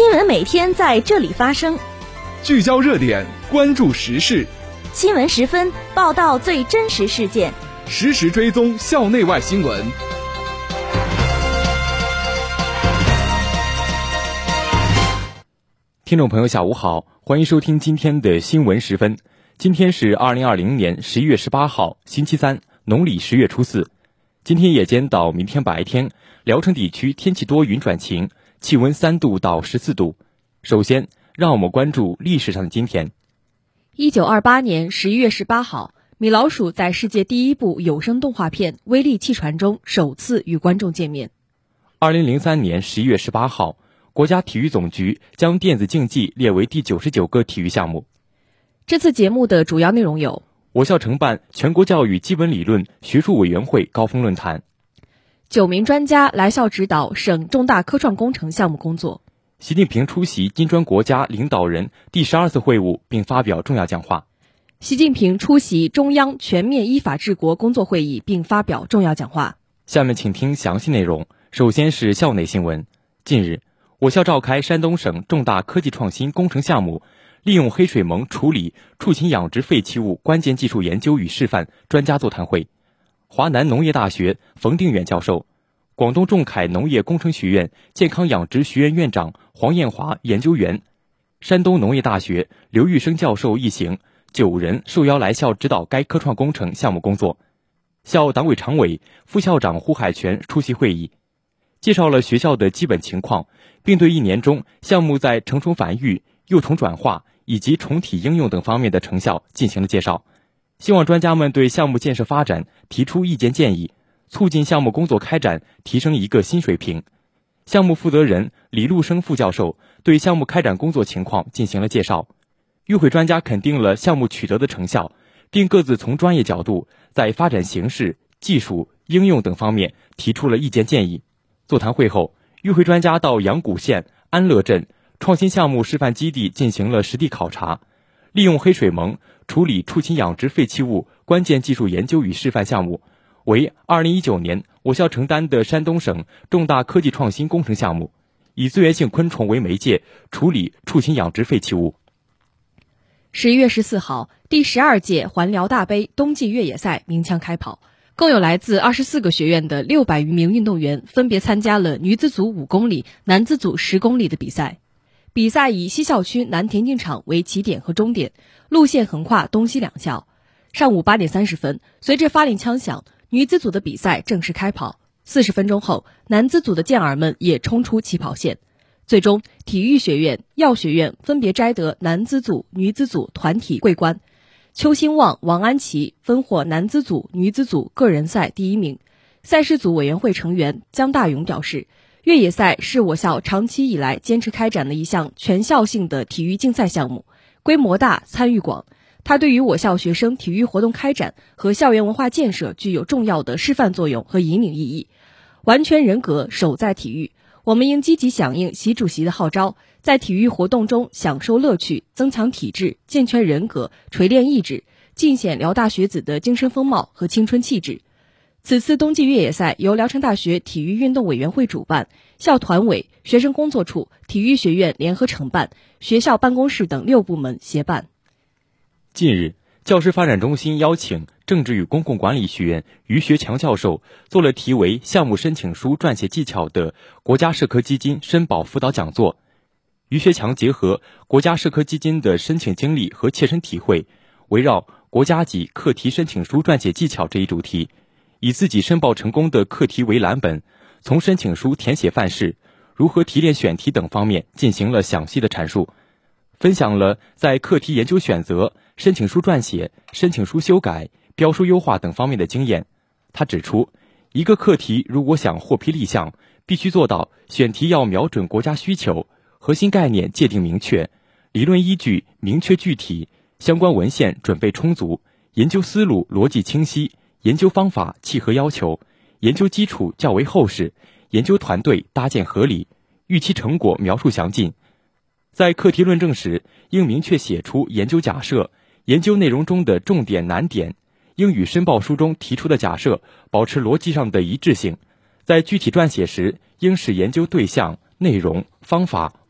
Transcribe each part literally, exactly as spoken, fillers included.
新闻每天在这里发生， 聚焦热点，关注时事。 新闻十分，报道最真实事件， 实时追踪校内外新闻。 听众朋友下午好，欢迎收听今天的新闻十分。今天是二零二零年十一月十八号，星期三，农历十月初四。今天夜间到明天白天，聊城地区天气多云转晴，气温三度到十四度。首先，让我们关注历史上的今天。 一九二八年十一月十八号，米老鼠在世界第一部有声动画片《威力汽船》中首次与观众见面。 二零零三年十一月十八号，国家体育总局将电子竞技列为第九十九个体育项目。 这次节目的主要内容有： 我校承办全国教育基本理论学术委员会高峰论坛； 九名专家来校指导省重大科创工程项目工作； 习近平出席金砖国家领导人第十二次会晤并发表重要讲话； 习近平出席中央全面依法治国工作会议并发表重要讲话。 下面请听详细内容。首先是校内新闻。近日，我校召开山东省重大科技创新工程项目利用黑水虻处理畜禽养殖废弃物关键技术研究与示范专家座谈会。华南农业大学冯定远教授、广东仲恺农业工程学院健康养殖学院院长黄艳华研究员、山东农业大学刘玉生教授一行九人受邀来校指导该科创工程项目工作。校党委常委、副校长胡海泉出席会议，介绍了学校的基本情况，并对一年中项目在成虫繁育、幼虫转化以及虫体应用等方面的成效进行了介绍，希望专家们对项目建设发展提出意见建议，促进项目工作开展提升一个新水平。项目负责人李路生副教授对项目开展工作情况进行了介绍，与会专家肯定了项目取得的成效，并各自从专业角度在发展形势、技术、应用等方面提出了意见建议。座谈会后，与会专家到阳谷县安乐镇创新项目示范基地进行了实地考察，利用黑水虻处理畜禽养殖废弃物关键技术研究与示范项目，为二零一九年我校承担的山东省重大科技创新工程项目，以资源性昆虫为媒介处理畜禽养殖废弃物。 十一月十四号，第十二届环辽大杯冬季越野赛鸣枪开跑，共有来自二十四个学院的六百余名运动员分别参加了女子组五公里、男子组十公里的比赛。比赛以西校区南田径场为起点和终点，路线横跨东西两校。上午八点三十分，随着发令枪响，女子组的比赛正式开跑。四十分钟后，男子组的健儿们也冲出起跑线。最终，体育学院、药学院分别摘得男子组、女子组团体桂冠。邱兴旺、王安琪分获男子组、女子组个人赛第一名。赛事组委员会成员江大勇表示，越野赛是我校长期以来坚持开展的一项全校性的体育竞赛项目，规模大，参与广。它对于我校学生体育活动开展和校园文化建设具有重要的示范作用和引领意义。完全人格守在体育，我们应积极响应习主席的号召，在体育活动中享受乐趣，增强体质，健全人格，锤炼意志，尽显辽大学子的精神风貌和青春气质。此次冬季越野赛由聊城大学体育运动委员会主办，校团委、学生工作处、体育学院联合承办，学校办公室等六部门协办。 近日，教师发展中心邀请政治与公共管理学院于学强教授做了题为项目申请书撰写技巧的国家社科基金申报辅导讲座。于学强结合国家社科基金的申请经历和切身体会，围绕国家级课题申请书撰写技巧这一主题，以自己申报成功的课题为蓝本，从申请书填写范式、如何提炼选题等方面进行了详细的阐述，分享了在课题研究选择、申请书撰写、申请书修改、标书优化等方面的经验。他指出，一个课题如果想获批立项，必须做到选题要瞄准国家需求，核心概念界定明确，理论依据明确具体，相关文献准备充足，研究思路逻辑清晰，研究方法契合要求，研究基础较为厚实，研究团队搭建合理，预期成果描述详尽。在课题论证时，应明确写出研究假设，研究内容中的重点难点，应与申报书中提出的假设保持逻辑上的一致性。在具体撰写时，应使研究对象、内容、方法、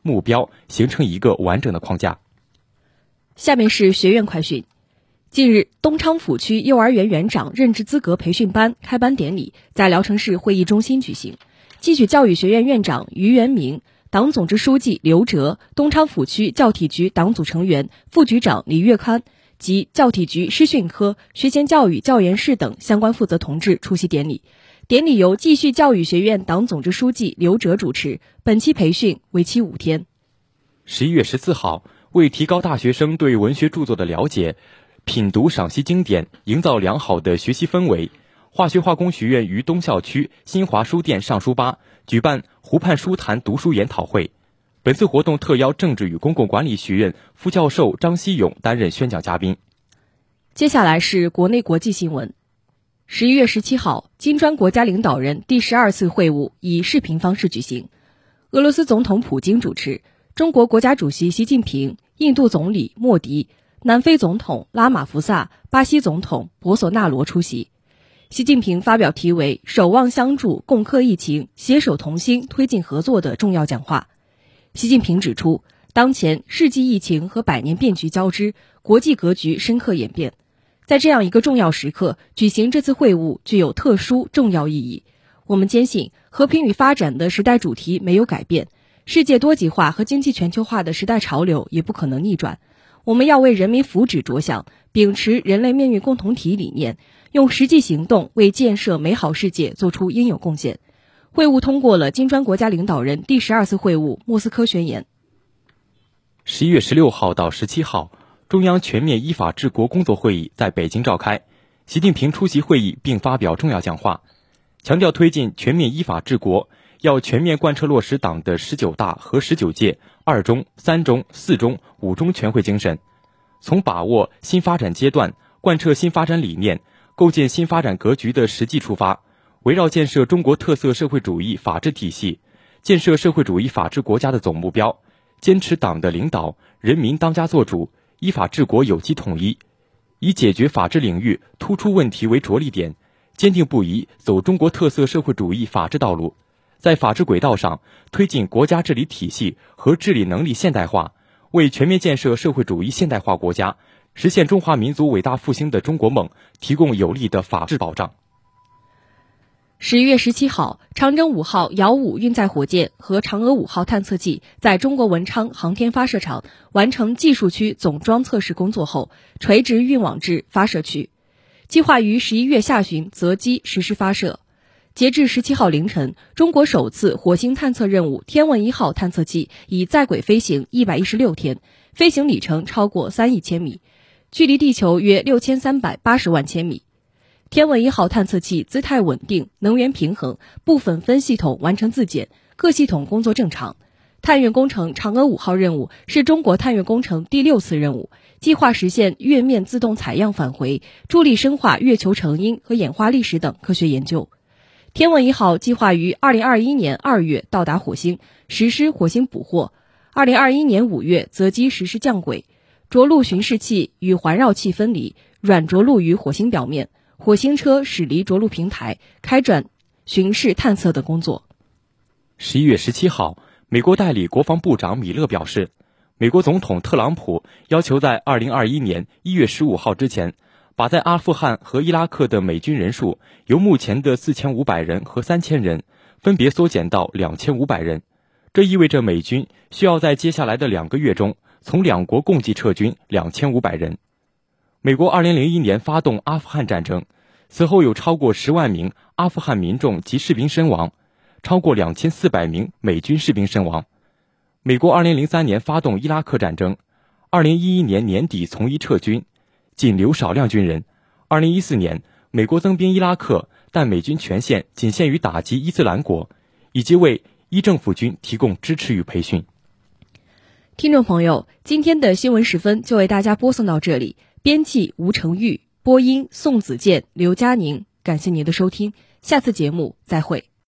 目标，形成一个完整的框架。 下面是学院快讯。近日，东昌府区幼儿园园长任职资格培训班开班典礼在聊城市会议中心举行。汲取教育学院院长于元明、党总支书记刘哲、东昌府区教体局党组成员、副局长李月刊及教体局师训科、学前教育教研室等相关负责同志出席典礼。典礼由继续教育学院党总支书记刘哲主持，本期培训为期五天。 十一月十四号，为提高大学生对文学著作的了解，品读赏析经典，营造良好的学习氛围，化学化工学院于东校区新华书店上书吧举办湖畔书坛读书研讨会。本次活动特邀政治与公共管理学院副教授张希勇担任宣讲嘉宾。 接下来是国内国际新闻。十一月十七号，金砖国家领导人第十二次会晤以视频方式举行，俄罗斯总统普京主持，中国国家主席习近平、印度总理莫迪、南非总统拉马福萨、巴西总统博索纳罗出席。习近平发表题为"守望相助，共克疫情，携手同心，推进合作"的重要讲话。习近平指出，当前世纪疫情和百年变局交织，国际格局深刻演变。在这样一个重要时刻，举行这次会晤具有特殊重要意义。我们坚信，和平与发展的时代主题没有改变，世界多极化和经济全球化的时代潮流也不可能逆转。我们要为人民福祉着想，秉持人类命运共同体理念，用实际行动为建设美好世界做出应有贡献。会晤通过了金砖国家领导人第十二次会晤莫斯科宣言。 十一月十六号到十七号，中央全面依法治国工作会议在北京召开，习近平出席会议并发表重要讲话，强调推进全面依法治国，要全面贯彻落实党的十九大和十九届二中、三中、四中、五中全会精神，从把握新发展阶段、贯彻新发展理念、构建新发展格局的实际出发，围绕建设中国特色社会主义法治体系、建设社会主义法治国家的总目标，坚持党的领导、人民当家作主，依法治国有机统一，以解决法治领域突出问题为着力点，坚定不移走中国特色社会主义法治道路，在法治轨道上推进国家治理体系和治理能力现代化，为全面建设社会主义现代化国家、实现中华民族伟大复兴的中国梦提供有力的法治保障。 十一月十七号，长征五号遥五运载火箭和嫦娥五号探测器在中国文昌航天发射场完成技术区总装测试工作后，垂直运往至发射区，计划于十一月下旬择机实施发射。截至十七号凌晨，中国首次火星探测任务天问一号探测器已在轨飞行一百一十六天，飞行里程超过三亿千米，距离地球约六千三百八十万千米。天问一号探测器姿态稳定，能源平衡，部分分系统完成自检，各系统工作正常。探月工程嫦娥五号任务是中国探月工程第六次任务，计划实现月面自动采样返回，助力深化月球成因和演化历史等科学研究。天问一号计划于二零二一年二月到达火星，实施火星捕获，二零二一年五月择机实施降轨，着陆巡视器与环绕器分离，软着陆于火星表面，火星车驶离着陆平台，开展巡视探测的工作。 十一月十七号，美国代理国防部长米勒表示，美国总统特朗普要求在二零二一年一月十五号之前，把在阿富汗和伊拉克的美军人数由目前的四千五百人和三千人分别缩减到两千五百人。这意味着美军需要在接下来的两个月中从两国共计撤军两千五百人。美国二零零一年发动阿富汗战争，此后有超过十万名阿富汗民众及士兵身亡，超过两千四百名美军士兵身亡。美国二零零三年发动伊拉克战争，二零一一年年底从伊撤军，仅留少量军人。二零一四年，美国增兵伊拉克，但美军权限仅限于打击伊斯兰国，以及为伊政府军提供支持与培训。 听众朋友，今天的新闻时分就为大家播送到这里。编辑吴成玉，播音宋子健、刘佳宁，感谢您的收听，下次节目再会。